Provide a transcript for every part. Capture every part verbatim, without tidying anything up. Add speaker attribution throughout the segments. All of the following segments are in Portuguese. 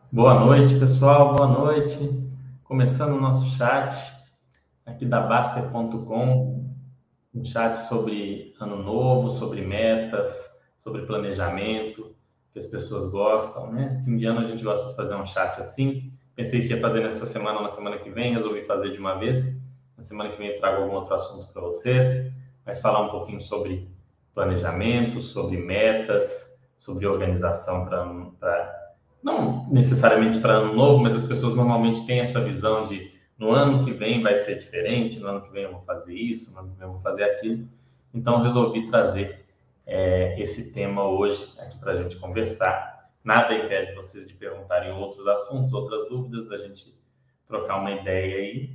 Speaker 1: Boa noite, pessoal. Boa noite. Começando o nosso chat aqui da Baster ponto com, um chat sobre ano novo, sobre metas, sobre planejamento, que as pessoas gostam, né? Fim de ano a gente gosta de fazer um chat assim. Pensei se ia fazer nessa semana ou na semana que vem, resolvi fazer de uma vez. Na semana que vem eu trago algum outro assunto para vocês, mas falar um pouquinho sobre planejamento, sobre metas, sobre organização para não necessariamente para ano novo, mas as pessoas normalmente têm essa visão de no ano que vem vai ser diferente, no ano que vem eu vou fazer isso, no ano que vem eu vou fazer aquilo. Então eu resolvi trazer é, esse tema hoje aqui para a gente conversar. Nada impede vocês de perguntarem outros assuntos, outras dúvidas, da gente trocar uma ideia aí.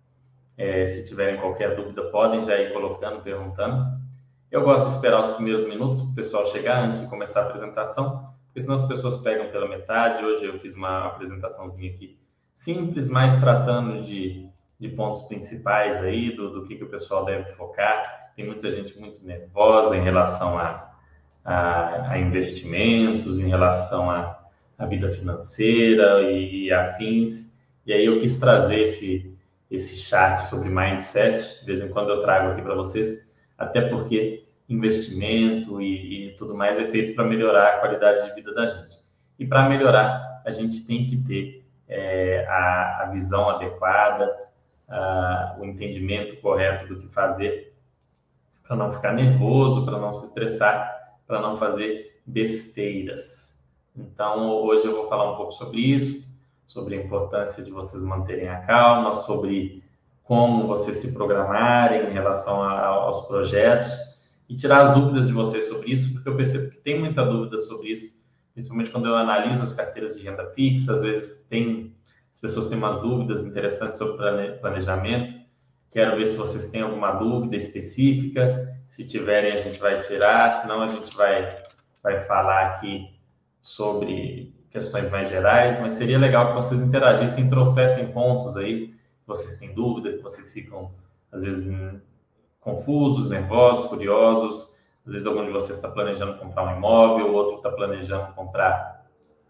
Speaker 1: É, se tiverem qualquer dúvida, podem já ir colocando, perguntando. Eu gosto de esperar os primeiros minutos para o pessoal chegar antes de começar a apresentação, porque senão as pessoas pegam pela metade. Hoje eu fiz uma apresentaçãozinha aqui simples, mas tratando de, de pontos principais aí, do, do que, que o pessoal deve focar. Tem muita gente muito nervosa em relação a, a, a investimentos, em relação à a, a vida financeira e, e afins. E aí eu quis trazer esse, esse chat sobre mindset. De vez em quando eu trago aqui para vocês, até porque investimento e, e tudo mais é feito para melhorar a qualidade de vida da gente. E para melhorar, a gente tem que ter é, a, a visão adequada, a, o entendimento correto do que fazer para não ficar nervoso, para não se estressar, para não fazer besteiras. Então, hoje eu vou falar um pouco sobre isso, sobre a importância de vocês manterem a calma, sobre como vocês se programarem em relação a, aos projetos e tirar as dúvidas de vocês sobre isso, porque eu percebo que tem muita dúvida sobre isso, principalmente quando eu analiso as carteiras de renda fixa. Às vezes tem, as pessoas têm umas dúvidas interessantes sobre planejamento. Quero ver se vocês têm alguma dúvida específica. Se tiverem, a gente vai tirar, senão a gente vai, vai falar aqui sobre questões mais gerais, mas seria legal que vocês interagissem, trouxessem pontos aí, que vocês têm dúvida, que vocês ficam, às vezes, confusos, nervosos, curiosos. Às vezes algum de vocês está planejando comprar um imóvel, outro está planejando comprar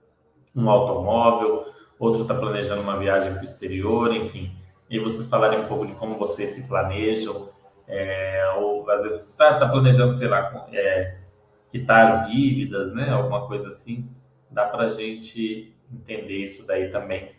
Speaker 1: um automóvel, outro está planejando uma viagem para o exterior, enfim. E vocês falarem um pouco de como vocês se planejam, é, ou às vezes está tá planejando, sei lá, é, quitar as dívidas, né? Alguma coisa assim. Dá para a gente entender isso daí também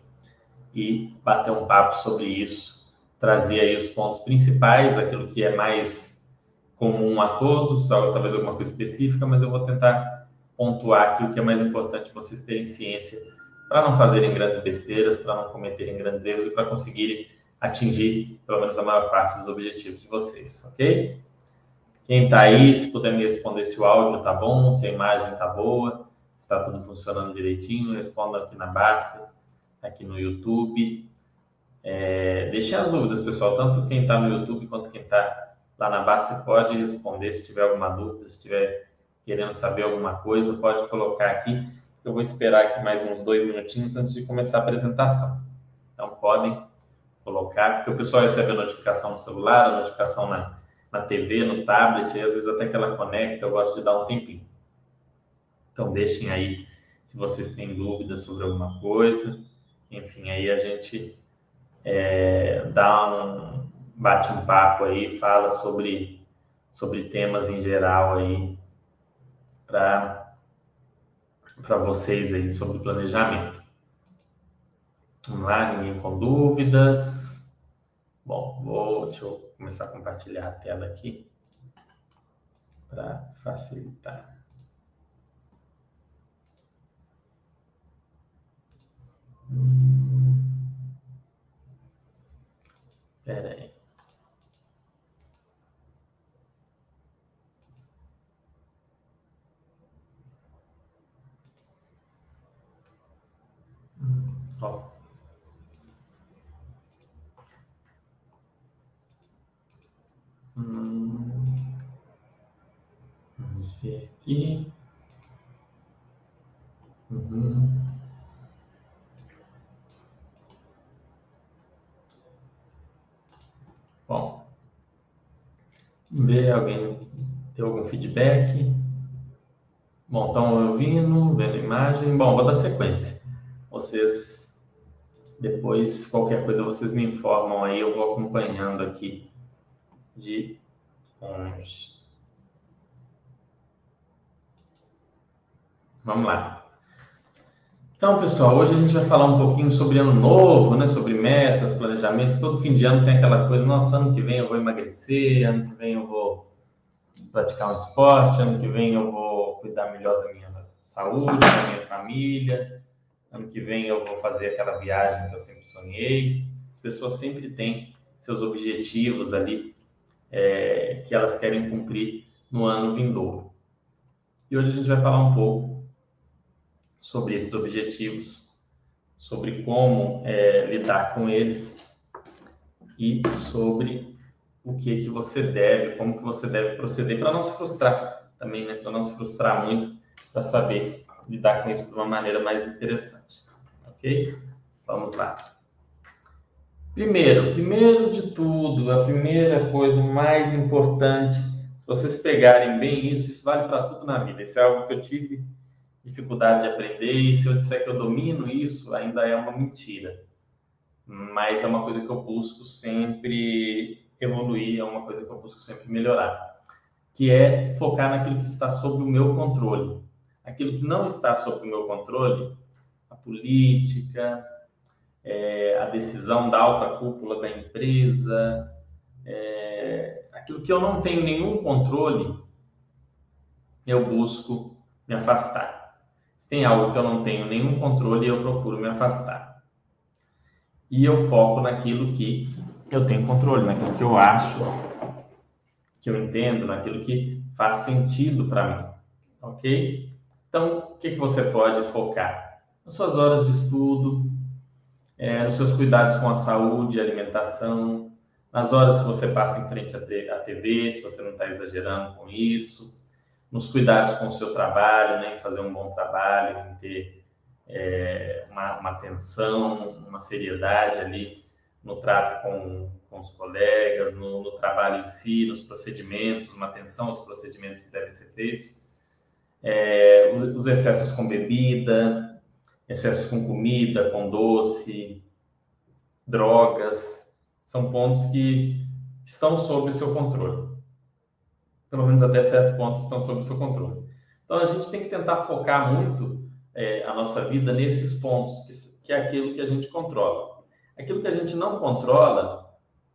Speaker 1: e bater um papo sobre isso, trazer aí os pontos principais, aquilo que é mais comum a todos, talvez alguma coisa específica, mas eu vou tentar pontuar aqui o que é mais importante vocês terem ciência para não fazerem grandes besteiras, para não cometerem grandes erros e para conseguirem atingir pelo menos a maior parte dos objetivos de vocês, ok? Quem está aí, se puder me responder se o áudio está bom, se a imagem está boa, se está tudo funcionando direitinho, responda aqui na Basta, aqui no YouTube. É, deixem as dúvidas, pessoal, tanto quem está no YouTube quanto quem está lá na Basta pode responder se tiver alguma dúvida, se estiver querendo saber alguma coisa, pode colocar aqui. Eu vou esperar aqui mais uns dois minutinhos antes de começar a apresentação. Então, podem colocar, porque o pessoal recebe a notificação no celular, a notificação na, na T V, no tablet, e às vezes até que ela conecta, eu gosto de dar um tempinho. Então, deixem aí se vocês têm dúvidas sobre alguma coisa. Enfim, aí a gente é, dá um, bate um papo aí, fala sobre, sobre temas em geral aí para para vocês aí sobre planejamento. Vamos lá, ninguém com dúvidas? Bom, vou, deixa eu começar a compartilhar a tela aqui para facilitar. Hum, Espera aí. Hum, ó. Hum, vamos ver aqui. Uhum. Bom, ver alguém ter algum feedback. Bom, estão ouvindo, vendo a imagem. Bom, vou dar sequência. vocês, depois, qualquer coisa, vocês me informam aí, eu vou acompanhando aqui de longe. Vamos lá. Então, pessoal, hoje a gente vai falar um pouquinho sobre ano novo, né? Sobre metas, planejamentos. Todo fim de ano tem aquela coisa, nossa, ano que vem eu vou emagrecer, ano que vem eu vou praticar um esporte, ano que vem eu vou cuidar melhor da minha saúde, da minha família, ano que vem eu vou fazer aquela viagem que eu sempre sonhei. As pessoas sempre têm seus objetivos ali, é, que elas querem cumprir no ano vindouro. E hoje a gente vai falar um pouco sobre esses objetivos, sobre como é, lidar com eles e sobre o que que você deve, como que você deve proceder para não se frustrar também, né? Para não se frustrar muito, para saber lidar com isso de uma maneira mais interessante, ok? Vamos lá. Primeiro, primeiro de tudo, a primeira coisa mais importante, se vocês pegarem bem isso, isso vale para tudo na vida. Isso é algo que eu tive dificuldade de aprender, e se eu disser que eu domino isso, ainda é uma mentira. Mas é uma coisa que eu busco sempre evoluir, é uma coisa que eu busco sempre melhorar, que é focar naquilo que está sob o meu controle. Aquilo que não está sob o meu controle, a política, é, a decisão da alta cúpula da empresa, é, aquilo que eu não tenho nenhum controle, eu busco me afastar. Se tem algo que eu não tenho nenhum controle, eu procuro me afastar. E eu foco naquilo que eu tenho controle, naquilo que eu acho, que eu entendo, naquilo que faz sentido para mim, ok? Então, o que, que você pode focar? Nas suas horas de estudo, é, nos seus cuidados com a saúde, alimentação, nas horas que você passa em frente à T V, se você não está exagerando com isso, nos cuidados com o seu trabalho, né, em fazer um bom trabalho, em ter é, uma, uma atenção, uma seriedade ali no trato com, com os colegas, no, no trabalho em si, nos procedimentos, uma atenção aos procedimentos que devem ser feitos, é, os excessos com bebida, excessos com comida, com doce, drogas, são pontos que estão sob o seu controle. Pelo menos até certo ponto estão sob o seu controle. Então a gente tem que tentar focar muito é, a nossa vida nesses pontos, que, que é aquilo que a gente controla. Aquilo que a gente não controla,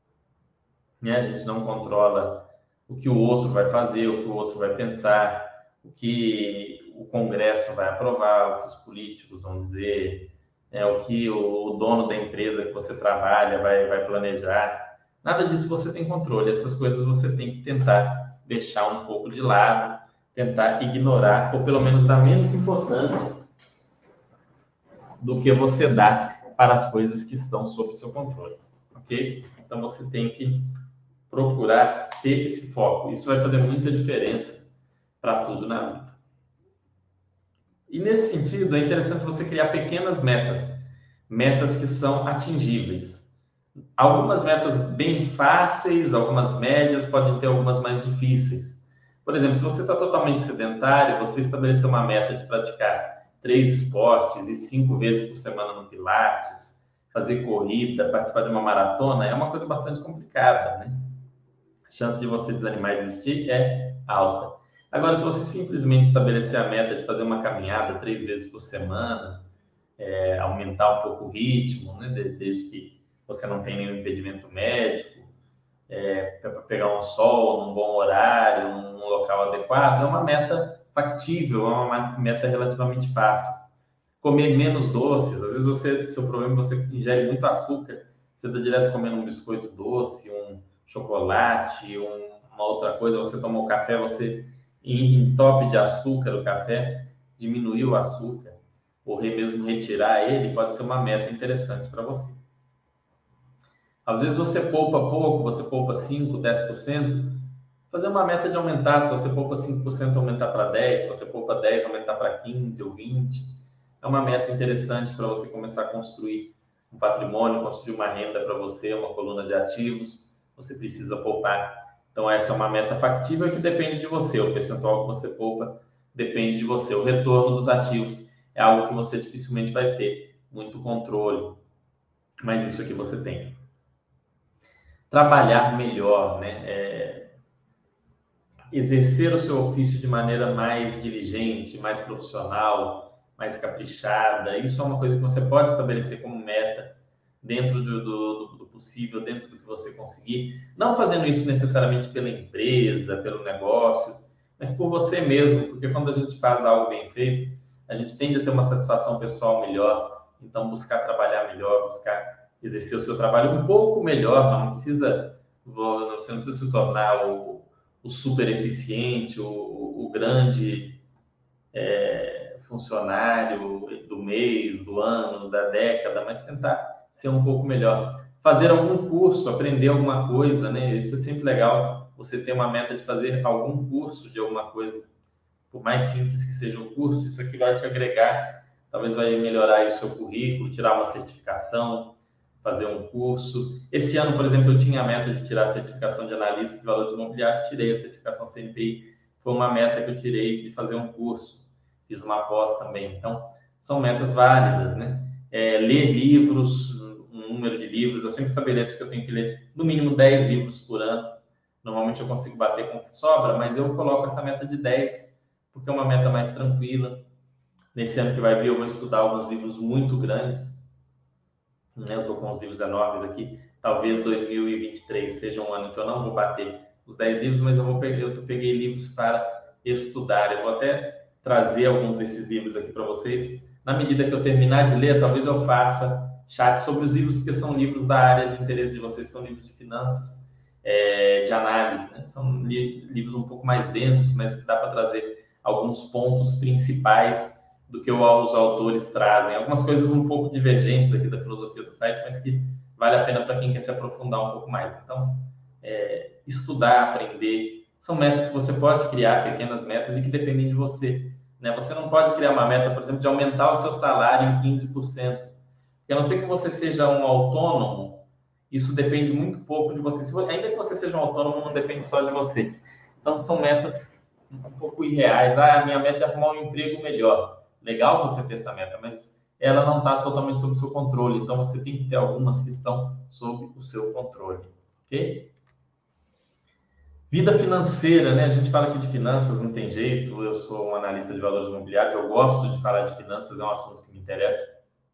Speaker 1: né, a gente não controla o que o outro vai fazer, o que o outro vai pensar, o que o Congresso vai aprovar, o que os políticos vão dizer, é, o que o dono da empresa que você trabalha vai, vai planejar. Nada disso você tem controle. Essas coisas você tem que tentar deixar um pouco de lado, tentar ignorar, ou pelo menos dar menos importância do que você dá para as coisas que estão sob seu controle, ok? Então você tem que procurar ter esse foco. Isso vai fazer muita diferença para tudo na vida. E nesse sentido, é interessante você criar pequenas metas, metas que são atingíveis. Algumas metas bem fáceis, algumas médias, podem ter algumas mais difíceis. Por exemplo, se você está totalmente sedentário, você estabeleceu uma meta de praticar três esportes e cinco vezes por semana no Pilates, fazer corrida, participar de uma maratona, é uma coisa bastante complicada, né? A chance de você desanimar e desistir é alta. Agora, se você simplesmente estabelecer a meta de fazer uma caminhada três vezes por semana, é, aumentar um pouco o ritmo, né, desde que você não tenha nenhum impedimento médico, é, para pegar um sol num bom horário, num local adequado, é uma meta factível, é uma meta relativamente fácil. Comer menos doces, às vezes você, seu problema é que você ingere muito açúcar, você está direto comendo um biscoito doce, um chocolate, um, uma outra coisa, você tomou café, você entope de açúcar o café, diminuir o açúcar, ou mesmo retirar ele, pode ser uma meta interessante para você. Às vezes você poupa pouco, você poupa cinco, dez por cento, fazer uma meta de aumentar, se você poupa cinco por cento, aumentar para dez por cento, se você poupa dez por cento, aumentar para quinze por cento ou vinte por cento, é uma meta interessante para você começar a construir um patrimônio, construir uma renda para você, uma coluna de ativos, você precisa poupar. Então essa é uma meta factível que depende de você, o percentual que você poupa depende de você, o retorno dos ativos é algo que você dificilmente vai ter muito controle. Mas isso aqui você tem. Trabalhar melhor, né? É, exercer o seu ofício de maneira mais diligente, mais profissional, mais caprichada. Isso é uma coisa que você pode estabelecer como meta dentro do, do, do possível, dentro do que você conseguir. Não fazendo isso necessariamente pela empresa, pelo negócio, mas por você mesmo, porque quando a gente faz algo bem feito, a gente tende a ter uma satisfação pessoal melhor. Então, buscar trabalhar melhor, buscar exercer o seu trabalho um pouco melhor, não precisa, você não precisa se tornar o o super eficiente, o, o grande é, funcionário do mês, do ano, da década, mas tentar ser um pouco melhor. Fazer algum curso, aprender alguma coisa, né? Isso é sempre legal, você ter uma meta de fazer algum curso de alguma coisa. Por mais simples que seja o curso, isso aqui vai te agregar, talvez vai melhorar aí o seu currículo, tirar uma certificação, fazer um curso. Esse ano, por exemplo, eu tinha a meta de tirar a certificação de analista de valores imobiliários, tirei a certificação C N P I, foi uma meta que eu tirei de fazer um curso, fiz uma pós também. Então, são metas válidas, né? É, ler livros, um número de livros, eu sempre estabeleço que eu tenho que ler no mínimo dez livros por ano. Normalmente eu consigo bater com sobra, mas eu coloco essa meta de dez, porque é uma meta mais tranquila. Nesse ano que vai vir, eu vou estudar alguns livros muito grandes, eu estou com os livros enormes aqui. Talvez dois mil e vinte e três seja um ano que eu não vou bater os dez livros, mas eu vou pegar, eu peguei livros para estudar. Eu vou até trazer alguns desses livros aqui para vocês. Na medida que eu terminar de ler, talvez eu faça chat sobre os livros, porque são livros da área de interesse de vocês, são livros de finanças, é, de análise, né? São li livros um pouco mais densos, mas que dá para trazer alguns pontos principais do que os autores trazem. Algumas coisas um pouco divergentes aqui da filosofia do site, mas que vale a pena para quem quer se aprofundar um pouco mais. Então, é, estudar, aprender, são metas que você pode criar, pequenas metas, e que dependem de você. Né? Você não pode criar uma meta, por exemplo, de aumentar o seu salário em quinze por cento. Porque a não ser que você seja um autônomo, isso depende muito pouco de você. Se, ainda que você seja um autônomo, não depende só de você. Então, são metas um pouco irreais. Ah, a minha meta é arrumar um emprego melhor. Legal você ter essa meta, mas ela não está totalmente sob o seu controle. Então, você tem que ter algumas que estão sob o seu controle. Ok? Vida financeira, né? A gente fala aqui de finanças, não tem jeito. Eu sou um analista de valores imobiliários, eu gosto de falar de finanças, é um assunto que me interessa.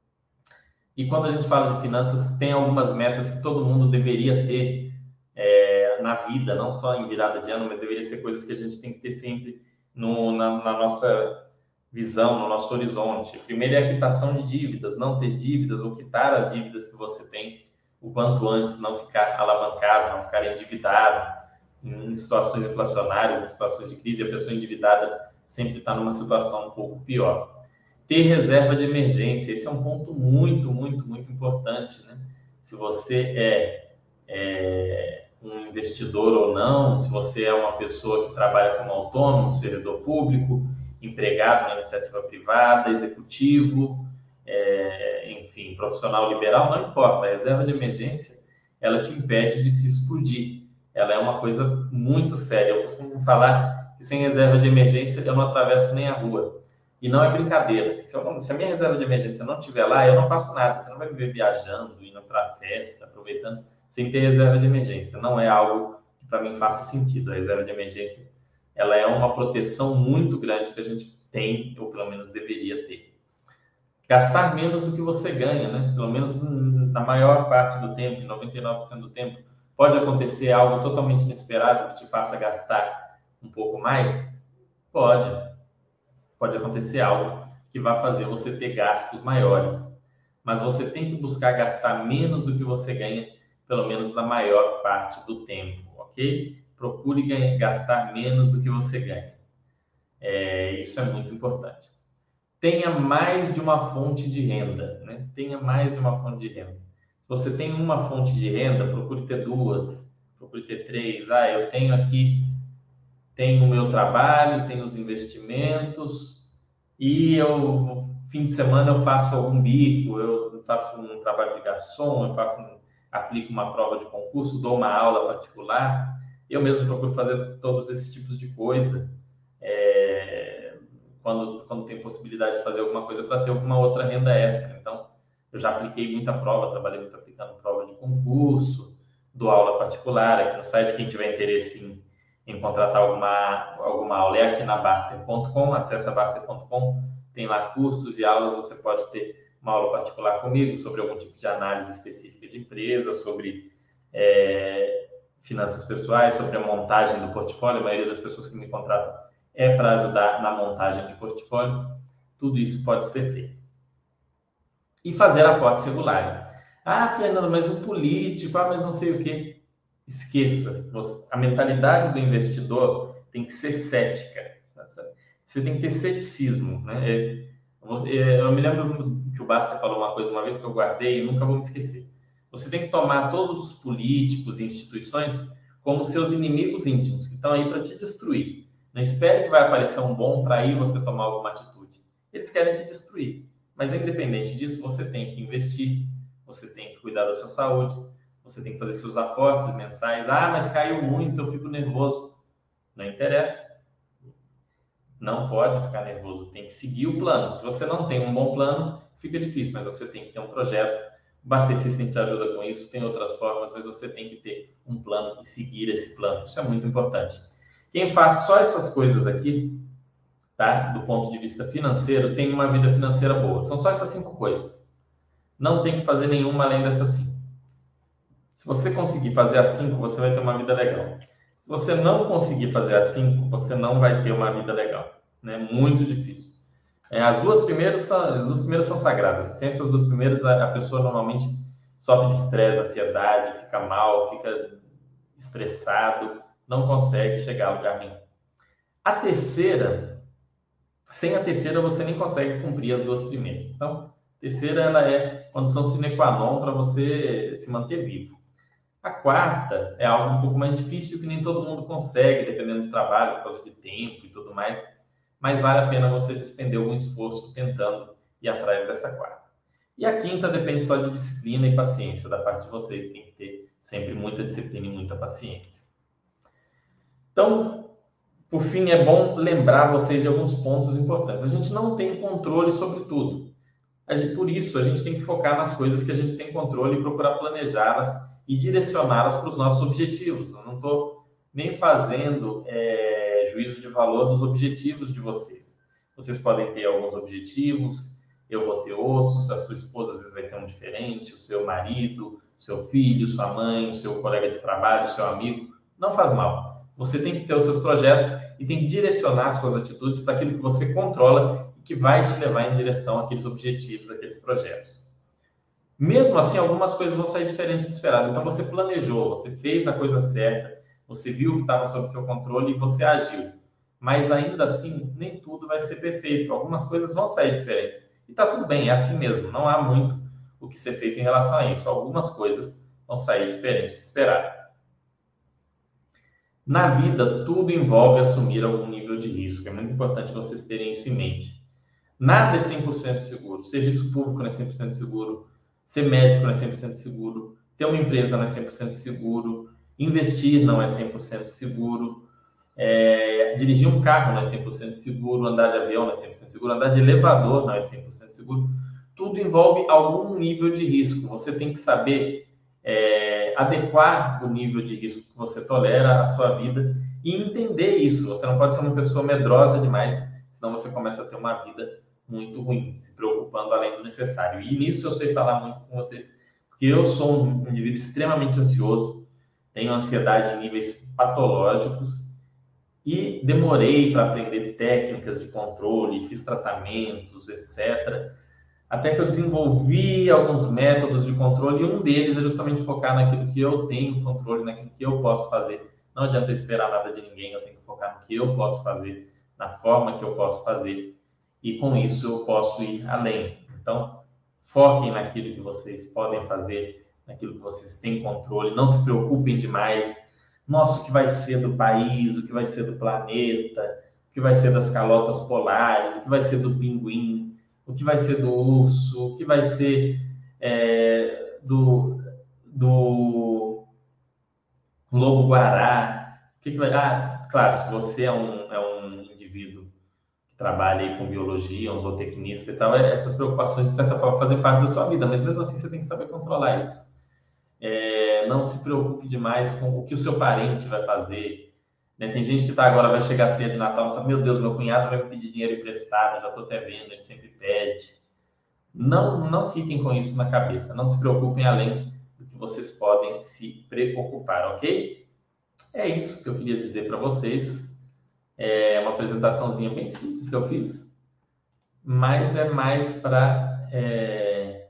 Speaker 1: E quando a gente fala de finanças, tem algumas metas que todo mundo deveria ter é, na vida, não só em virada de ano, mas deveria ser coisas que a gente tem que ter sempre no, na, na nossa visão, no nosso horizonte. Primeiro é a quitação de dívidas, não ter dívidas ou quitar as dívidas que você tem o quanto antes, não ficar alavancado, não ficar endividado em situações inflacionárias, em situações de crise. A pessoa endividada sempre está numa situação um pouco pior. Ter reserva de emergência, esse é um ponto muito, muito, muito importante, né? Se você é, é um investidor ou não, se você é uma pessoa que trabalha como autônomo, servidor público, empregado na iniciativa privada, executivo, é, enfim, profissional liberal, não importa. A reserva de emergência, ela te impede de se explodir. Ela é uma coisa muito séria. Eu costumo falar que sem reserva de emergência eu não atravesso nem a rua. E não é brincadeira. Se, eu, se a minha reserva de emergência não estiver lá, eu não faço nada. Você não vai me ver viajando, indo para festa, aproveitando, sem ter reserva de emergência. Não é algo que para mim faça sentido. A reserva de emergência, ela é uma proteção muito grande que a gente tem, ou pelo menos deveria ter. Gastar menos do que você ganha, né? Pelo menos na maior parte do tempo, noventa e nove por cento do tempo. Pode acontecer algo totalmente inesperado que te faça gastar um pouco mais? Pode. Pode acontecer algo que vai fazer você ter gastos maiores. Mas você tem que buscar gastar menos do que você ganha, pelo menos na maior parte do tempo, ok? Procure ganhar, gastar menos do que você ganha. É, isso é muito importante. Tenha mais de uma fonte de renda, né? Tenha mais de uma fonte de renda. Se você tem uma fonte de renda, procure ter duas, procure ter três. Ah, eu tenho aqui, tenho o meu trabalho, tenho os investimentos, e eu, fim de semana, eu faço algum bico, eu faço um trabalho de garçom, eu faço um, aplico uma prova de concurso, dou uma aula particular. Eu mesmo procuro fazer todos esses tipos de coisa. É, quando, quando tem possibilidade de fazer alguma coisa para ter alguma outra renda extra. Então, Eu já apliquei muita prova, trabalhei muito aplicando prova de concurso, dou aula particular aqui no site. Quem tiver interesse em, em contratar alguma, alguma aula é aqui na Baster ponto com, acessa baster ponto com, tem lá cursos e aulas, você pode ter uma aula particular comigo sobre algum tipo de análise específica de empresa, sobre é, finanças pessoais, sobre a montagem do portfólio. A maioria das pessoas que me contratam é para ajudar na montagem de portfólio. Tudo isso pode ser feito. E fazer aportes regulares. Ah, Fernando, mas o político, ah, mas não sei o quê. Esqueça. A mentalidade do investidor tem que ser cética. Você tem que ter ceticismo, né? Eu me lembro que o Basta falou uma coisa uma vez que eu guardei e nunca vou me esquecer. Você tem que tomar todos os políticos e instituições como seus inimigos íntimos, que estão aí para te destruir. Não espere que vai aparecer um bom para aí você tomar alguma atitude. Eles querem te destruir. Mas, independente disso, você tem que investir, você tem que cuidar da sua saúde, você tem que fazer seus aportes mensais. Ah, mas caiu muito, eu fico nervoso. Não interessa. Não pode ficar nervoso, tem que seguir o plano. Se você não tem um bom plano, fica difícil, mas você tem que ter um projeto. O Baster System te ajuda com isso, tem outras formas, mas você tem que ter um plano e seguir esse plano. Isso é muito importante. Quem faz só essas coisas aqui, tá? Do ponto de vista financeiro, tem uma vida financeira boa. São só essas cinco coisas. Não tem que fazer nenhuma além dessas cinco. Se você conseguir fazer as cinco, você vai ter uma vida legal. Se você não conseguir fazer as cinco, você não vai ter uma vida legal. É, né? Muito difícil. É, as, duas primeiras são, as duas primeiras são sagradas. Sem essas duas primeiras, a, a pessoa normalmente sofre de estresse, ansiedade, fica mal, fica estressado, não consegue chegar a lugar nenhum. A terceira, sem a terceira você nem consegue cumprir as duas primeiras. Então, a terceira ela é condição sine qua non para você se manter vivo. A quarta é algo um pouco mais difícil que nem todo mundo consegue, dependendo do trabalho, por causa de tempo e tudo mais, mas vale a pena você despender algum esforço tentando ir atrás dessa quarta. E a quinta depende só de disciplina e paciência da parte de vocês, tem que ter sempre muita disciplina e muita paciência. Então, por fim, é bom lembrar vocês de alguns pontos importantes. A gente não tem controle sobre tudo. Por isso, a gente tem que focar nas coisas que a gente tem controle e procurar planejá-las e direcioná-las para os nossos objetivos. Eu não estou nem fazendo é, juízo de valor dos objetivos de vocês. Vocês podem ter alguns objetivos, eu vou ter outros, a sua esposa às vezes vai ter um diferente, o seu marido, seu filho, sua mãe, o seu colega de trabalho, seu amigo. Não faz mal. Você tem que ter os seus projetos e tem que direcionar suas atitudes para aquilo que você controla e que vai te levar em direção àqueles objetivos, àqueles projetos. Mesmo assim, algumas coisas vão sair diferentes do esperado. Então, você planejou, você fez a coisa certa, você viu que estava sob seu controle e você agiu. Mas, ainda assim, nem tudo vai ser perfeito. Algumas coisas vão sair diferentes. E está tudo bem, é assim mesmo. Não há muito o que ser feito em relação a isso. Algumas coisas vão sair diferentes do esperado. Na vida, tudo envolve assumir algum nível de risco. É muito importante vocês terem isso em mente. Nada é cem por cento seguro. Serviço público não é cem por cento seguro. Ser médico não é cem por cento seguro. Ter uma empresa não é cem por cento seguro. Investir não é cem por cento seguro. É, dirigir um carro não é cem por cento seguro. Andar de avião não é cem por cento seguro. Andar de elevador não é cem por cento seguro. Tudo envolve algum nível de risco. Você tem que saber é, adequar o nível de risco que você tolera à sua vida e entender isso. Você não pode ser uma pessoa medrosa demais, senão você começa a ter uma vida muito ruim, se preocupando além do necessário. E nisso eu sei falar muito com vocês, porque eu sou um indivíduo extremamente ansioso, tenho ansiedade em níveis patológicos e demorei para aprender técnicas de controle, fiz tratamentos, etcétera. Até que eu desenvolvi alguns métodos de controle e um deles é justamente focar naquilo que eu tenho controle, naquilo que eu posso fazer. Não adianta eu esperar nada de ninguém, eu tenho que focar no que eu posso fazer, na forma que eu posso fazer. E com isso eu posso ir além. Então, foquem naquilo que vocês podem fazer, naquilo que vocês têm controle. Não se preocupem demais. Nossa, o que vai ser do país, o que vai ser do planeta, o que vai ser das calotas polares, o que vai ser do pinguim, o que vai ser do urso, o que vai ser é, do, do lobo-guará. O que, que vai... Ah, claro, se você é um, é um indivíduo trabalha aí com biologia, um zootecnista e tal, essas preocupações, de certa forma, fazem parte da sua vida, mas mesmo assim você tem que saber controlar isso. É, não se preocupe demais com o que o seu parente vai fazer. Né? Tem gente que tá agora, vai chegar ceia de Natal e sabe, meu Deus, meu cunhado vai me pedir dinheiro emprestado, já estou até vendo, ele sempre pede. Não, não fiquem com isso na cabeça, não se preocupem além do que vocês podem se preocupar, ok? É isso que eu queria dizer para vocês. É uma apresentaçãozinha bem simples que eu fiz, mas é mais para é,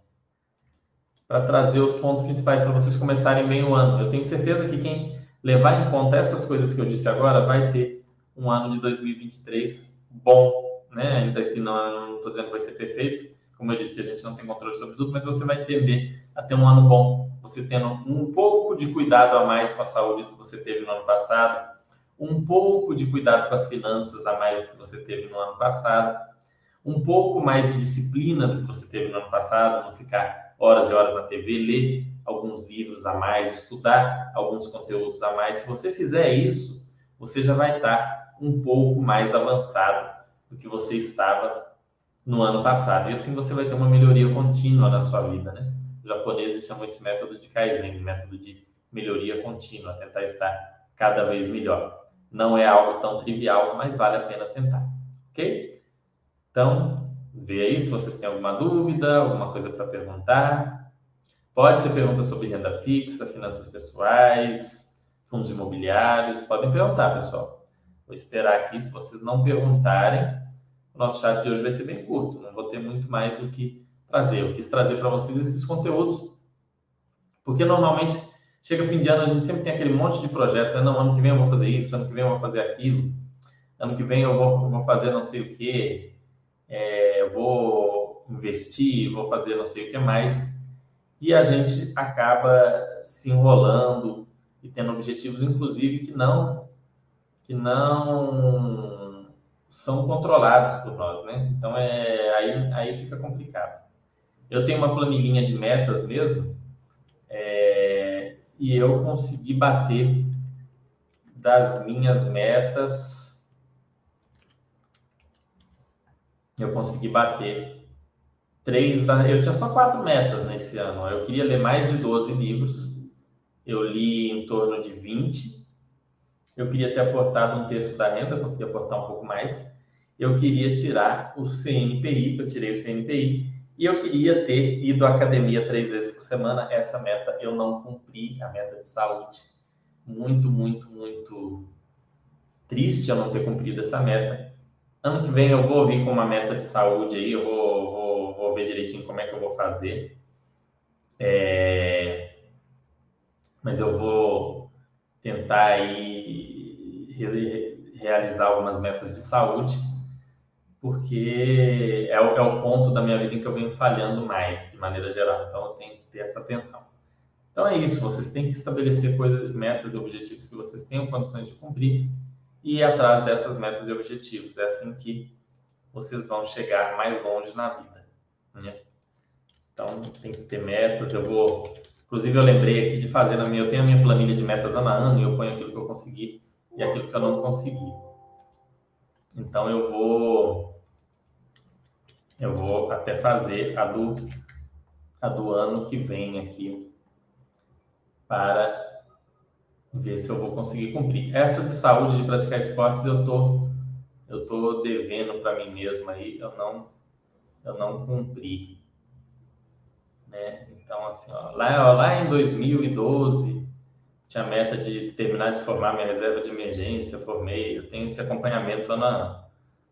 Speaker 1: para trazer os pontos principais para vocês começarem bem o ano. Eu tenho certeza que quem levar em conta essas coisas que eu disse agora vai ter um ano de dois mil e vinte e três bom, né? Ainda que não estou dizendo que vai ser perfeito, como eu disse, a gente não tem controle sobre tudo, mas você vai tender a ter um ano bom, você tendo um pouco de cuidado a mais com a saúde que você teve no ano passado, um pouco de cuidado com as finanças a mais do que você teve no ano passado, um pouco mais de disciplina do que você teve no ano passado, não ficar horas e horas na T V, ler alguns livros a mais, estudar alguns conteúdos a mais. Se você fizer isso, você já vai estar um pouco mais avançado do que você estava no ano passado. E assim você vai ter uma melhoria contínua na sua vida, né? Os japoneses chamam esse método de Kaizen, método de melhoria contínua, tentar estar cada vez melhor. Não é algo tão trivial, mas vale a pena tentar, ok? Então, vê aí se vocês têm alguma dúvida, alguma coisa para perguntar. Pode ser pergunta sobre renda fixa, finanças pessoais, fundos imobiliários. Podem perguntar, pessoal. Vou esperar aqui. Se vocês não perguntarem, o nosso chat de hoje vai ser bem curto. Não vou ter muito mais o que trazer. Eu quis trazer para vocês esses conteúdos, porque normalmente chega fim de ano, a gente sempre tem aquele monte de projetos. Né? Não, ano que vem eu vou fazer isso, ano que vem eu vou fazer aquilo, ano que vem eu vou, eu vou fazer não sei o quê. É, eu vou investir, vou fazer não sei o que mais, e a gente acaba se enrolando e tendo objetivos, inclusive, que não, que não são controlados por nós, né? Então, é, aí, aí fica complicado. Eu tenho uma planilhinha de metas mesmo, é, e eu consegui bater das minhas metas, eu consegui bater três da... Eu tinha só quatro metas nesse ano. Eu queria ler mais de doze livros. Eu li em torno de vinte. Eu queria ter aportado um terço da renda, consegui aportar um pouco mais. Eu queria tirar o C N P I, eu tirei o C N P I. E eu queria ter ido à academia três vezes por semana. Essa meta eu não cumpri, a meta de saúde. Muito, muito, muito triste eu não ter cumprido essa meta. Ano que vem eu vou vir com uma meta de saúde aí, eu vou, vou, vou ver direitinho como é que eu vou fazer. É... Mas eu vou tentar aí re- realizar algumas metas de saúde, porque é o, é o ponto da minha vida em que eu venho falhando mais, de maneira geral. Então eu tenho que ter essa atenção. Então é isso, vocês têm que estabelecer coisas, metas e objetivos que vocês tenham condições de cumprir e ir atrás dessas metas e objetivos. É assim que vocês vão chegar mais longe na vida, né? Então, tem que ter metas. Eu vou... Inclusive, eu lembrei aqui de fazer na minha... Eu tenho a minha planilha de metas ano a ano e eu ponho aquilo que eu consegui e aquilo que eu não consegui. Então, eu vou... Eu vou até fazer a do, a do ano que vem aqui para ver se eu vou conseguir cumprir. Essa de saúde, de praticar esportes, eu tô, eu tô devendo para mim mesmo aí. Eu não, eu não cumpri. Né? Então, assim, ó, lá, ó, lá em dois mil e doze, tinha a meta de terminar de formar minha reserva de emergência, formei, eu tenho esse acompanhamento ano a ano.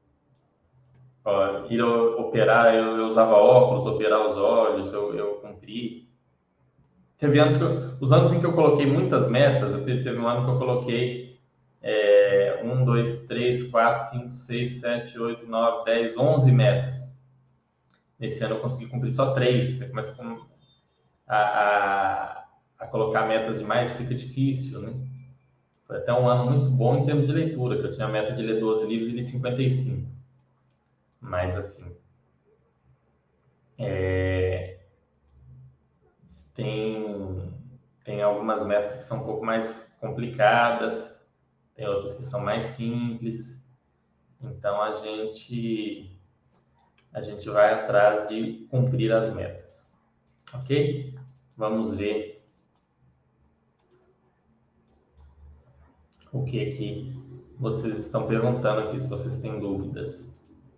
Speaker 1: Ó, ir operar, eu, eu usava óculos, operar os olhos, eu, eu cumpri. Teve anos que eu, os anos em que eu coloquei muitas metas, eu teve, teve um ano que eu coloquei é, um, dois, três, quatro, cinco, seis, sete, oito, nove, dez, onze metas. Nesse ano eu consegui cumprir só três. Você começa com a, a, a colocar metas demais, fica difícil, né? Foi até um ano muito bom em termos de leitura, que eu tinha a meta de ler doze livros e li cinquenta e cinco. Mas, assim, é, tem, tem algumas metas que são um pouco mais complicadas, tem outras que são mais simples. Então a gente a gente vai atrás de cumprir as metas, ok? Vamos ver o que que vocês estão perguntando aqui, se vocês têm dúvidas.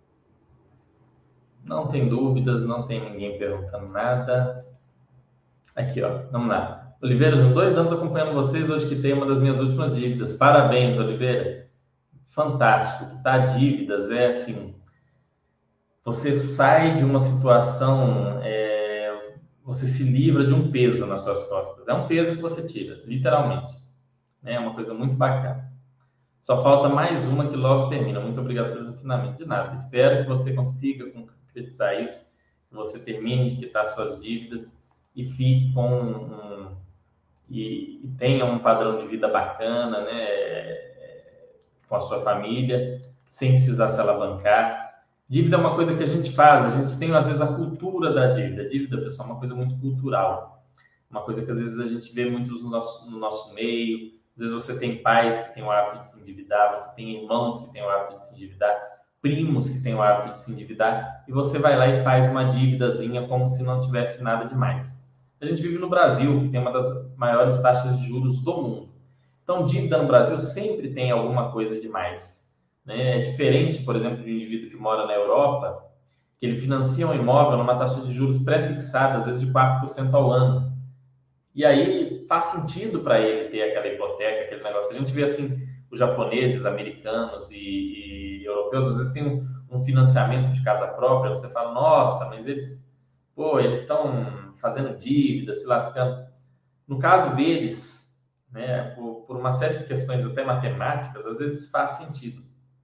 Speaker 1: Não tem dúvidas, não tem ninguém perguntando nada. Aqui, ó, vamos lá. Oliveira, são dois anos acompanhando vocês, hoje que tem uma das minhas últimas dívidas. Parabéns, Oliveira. Fantástico. Quitar dívidas é assim, você sai de uma situação, é, você se livra de um peso nas suas costas. É um peso que você tira, literalmente. É uma coisa muito bacana. Só falta mais uma que logo termina. Muito obrigado pelos ensinamentos. De nada. Espero que você consiga concretizar isso, que você termine de quitar suas dívidas e fique com um, e, e tenha um padrão de vida bacana, né, com a sua família, sem precisar se alavancar. Dívida é uma coisa que a gente faz, a gente tem às vezes a cultura da dívida. Dívida, pessoal, é uma coisa muito cultural, uma coisa que às vezes a gente vê muito no nosso, no nosso meio. Às vezes você tem pais que têm o hábito de se endividar, você tem irmãos que têm o hábito de se endividar, primos que têm o hábito de se endividar, e você vai lá e faz uma dívidazinha como se não tivesse nada demais. A gente vive no Brasil, que tem uma das maiores taxas de juros do mundo. Então, dívida no Brasil sempre tem alguma coisa demais, né? É diferente, por exemplo, de um indivíduo que mora na Europa, que ele financia um imóvel numa taxa de juros pré-fixada, às vezes de quatro por cento ao ano. E aí faz sentido para ele ter aquela hipoteca, aquele negócio. A gente vê assim, os japoneses, americanos e, e europeus, às vezes tem um, um financiamento de casa própria, você fala, nossa, mas eles, pô, eles estão fazendo dívida, se lascando. No caso deles, né, por, por uma série de questões até matemáticas, às vezes faz sentido.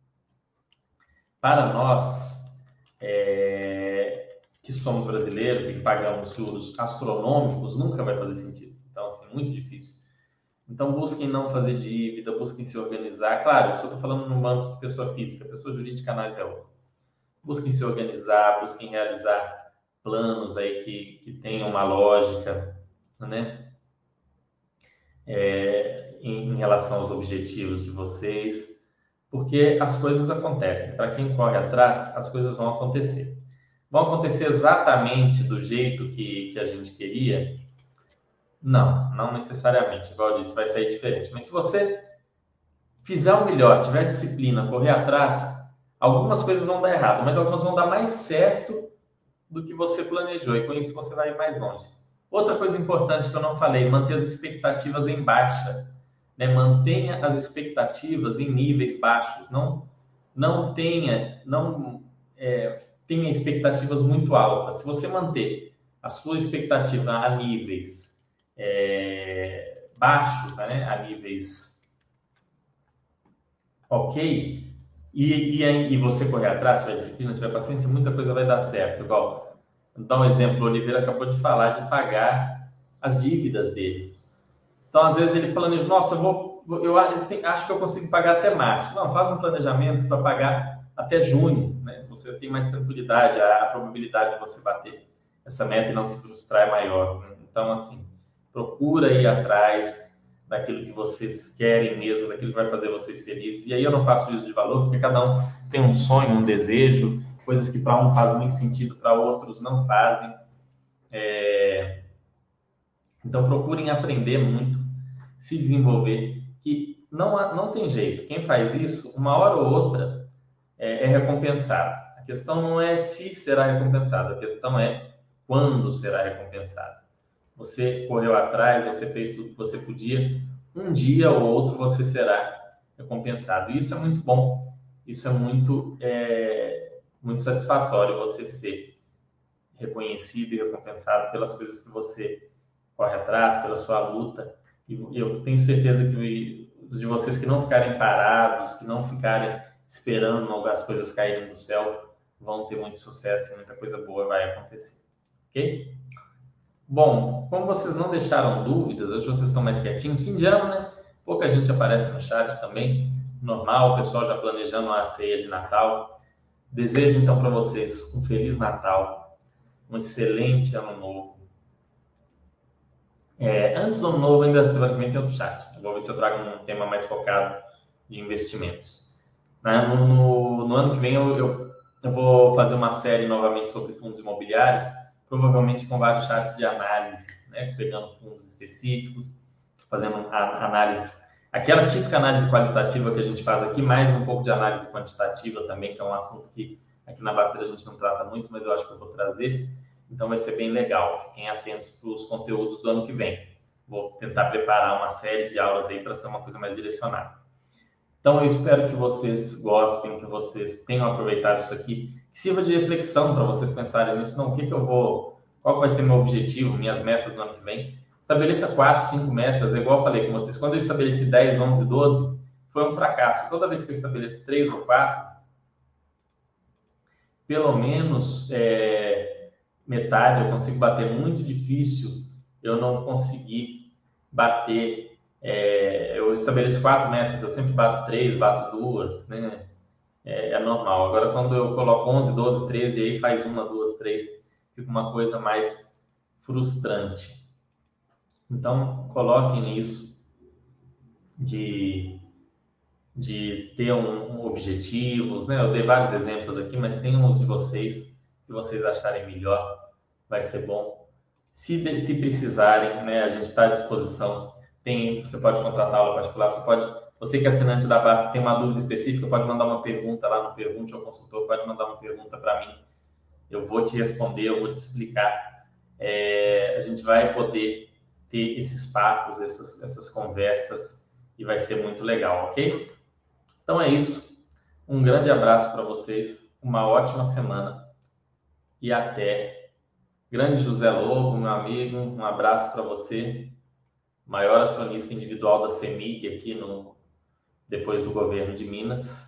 Speaker 1: Para nós, é, que somos brasileiros e que pagamos juros astronômicos, nunca vai fazer sentido. Então, assim, muito difícil. Então, busquem não fazer dívida, busquem se organizar. Claro, isso eu estou falando no âmbito de pessoa física, pessoa jurídica, análise é outra. Busquem se organizar, busquem realizar planos aí que, que tenham uma lógica, né? É, em, em relação aos objetivos de vocês, porque as coisas acontecem. Para quem corre atrás, as coisas vão acontecer. Vão acontecer exatamente do jeito que, que a gente queria? Não, não necessariamente. Igual eu disse, vai sair diferente. Mas se você fizer o melhor, tiver disciplina, correr atrás, algumas coisas vão dar errado, mas algumas vão dar mais certo do que você planejou. E com isso você vai ir mais longe. Outra coisa importante que eu não falei, manter as expectativas em baixa. Né? Mantenha as expectativas em níveis baixos. Não, não tenha, não é, tenha expectativas muito altas. Se você manter a sua expectativa a níveis é, baixos, né? A níveis ok, e, e, e você correr atrás, tiver disciplina, tiver paciência, muita coisa vai dar certo. Igual, vou dar um exemplo, o Oliveira acabou de falar de pagar as dívidas dele. Então, às vezes ele planeja, nossa, vou, vou, eu acho que eu consigo pagar até março. Não, faz um planejamento para pagar até junho, né? Você tem mais tranquilidade, a, a probabilidade de você bater essa meta e não se frustrar é maior. Né? Então, assim, procura ir atrás daquilo que vocês querem mesmo, daquilo que vai fazer vocês felizes. E aí eu não faço juízo de valor, porque cada um tem um sonho, um desejo, coisas que para um fazem muito sentido, para outros não fazem. É... Então, procurem aprender muito, se desenvolver, que não, não tem jeito. Quem faz isso, uma hora ou outra, é, é recompensado. A questão não é se será recompensado, a questão é quando será recompensado. Você correu atrás, você fez tudo que você podia, um dia ou outro você será recompensado. E isso é muito bom, isso é muito, é, muito satisfatório, você ser reconhecido e recompensado pelas coisas que você corre atrás, pela sua luta. E eu tenho certeza que os de vocês que não ficarem parados, que não ficarem esperando as coisas caírem do céu, vão ter muito sucesso e muita coisa boa vai acontecer. Ok? Bom, como vocês não deixaram dúvidas, hoje vocês estão mais quietinhos, fim de ano, né? Pouca gente aparece no chat também, normal, o pessoal já planejando a ceia de Natal. Desejo então para vocês um Feliz Natal, um excelente Ano Novo. É, antes do Ano Novo, ainda semana que vem tem outro chat. Eu vou ver se eu trago um tema mais focado de investimentos. Né? No, no, no ano que vem eu, eu, eu vou fazer uma série novamente sobre fundos imobiliários, provavelmente com vários chats de análise, né? Pegando fundos específicos, fazendo a análise, aquela típica análise qualitativa que a gente faz aqui, mais um pouco de análise quantitativa também, que é um assunto que aqui na Baster a gente não trata muito, mas eu acho que eu vou trazer. Então vai ser bem legal. Fiquem atentos para os conteúdos do ano que vem. Vou tentar preparar uma série de aulas aí para ser uma coisa mais direcionada. Então eu espero que vocês gostem, que vocês tenham aproveitado isso aqui, que sirva de reflexão para vocês pensarem nisso. Não, o que, que eu vou, qual vai ser meu objetivo, minhas metas no ano que vem. Estabeleça quatro, cinco metas, é igual eu falei com vocês. Quando eu estabeleci dez, onze, doze, foi um fracasso. Toda vez que eu estabeleço três ou quatro, pelo menos é, metade eu consigo bater. Muito difícil eu não conseguir bater. É, eu estabeleço quatro metas, eu sempre bato três, bato duas, né? É, é normal. Agora, quando eu coloco onze, doze, treze, aí faz uma, duas, três, fica uma coisa mais frustrante. Então, coloquem isso de, de ter um, um objetivos, né? Eu dei vários exemplos aqui, mas tem uns de vocês que vocês acharem melhor, vai ser bom. Se, se precisarem, né, a gente está à disposição. Tem, você pode contratar aula particular, você pode, você que é assinante da Basta, tem uma dúvida específica, pode mandar uma pergunta lá no Pergunte ao Consultor, pode mandar uma pergunta para mim. Eu vou te responder, eu vou te explicar. É, a gente vai poder ter esses papos, essas, essas conversas, e vai ser muito legal, ok? Então é isso. Um grande abraço para vocês, uma ótima semana e até. Grande José Lobo, meu amigo, um abraço para você, maior acionista individual da CEMIG aqui no, depois do governo de Minas.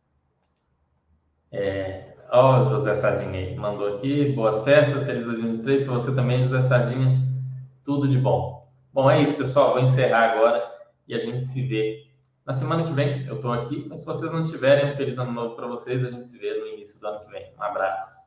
Speaker 1: É, ó, o José Sardinha aí, mandou aqui, boas festas, feliz dois mil e vinte e três para você também, José Sardinha, tudo de bom. Bom, é isso, pessoal, vou encerrar agora e a gente se vê na semana que vem. Eu estou aqui, mas se vocês não estiverem, um feliz ano novo para vocês, a gente se vê no início do ano que vem. Um abraço.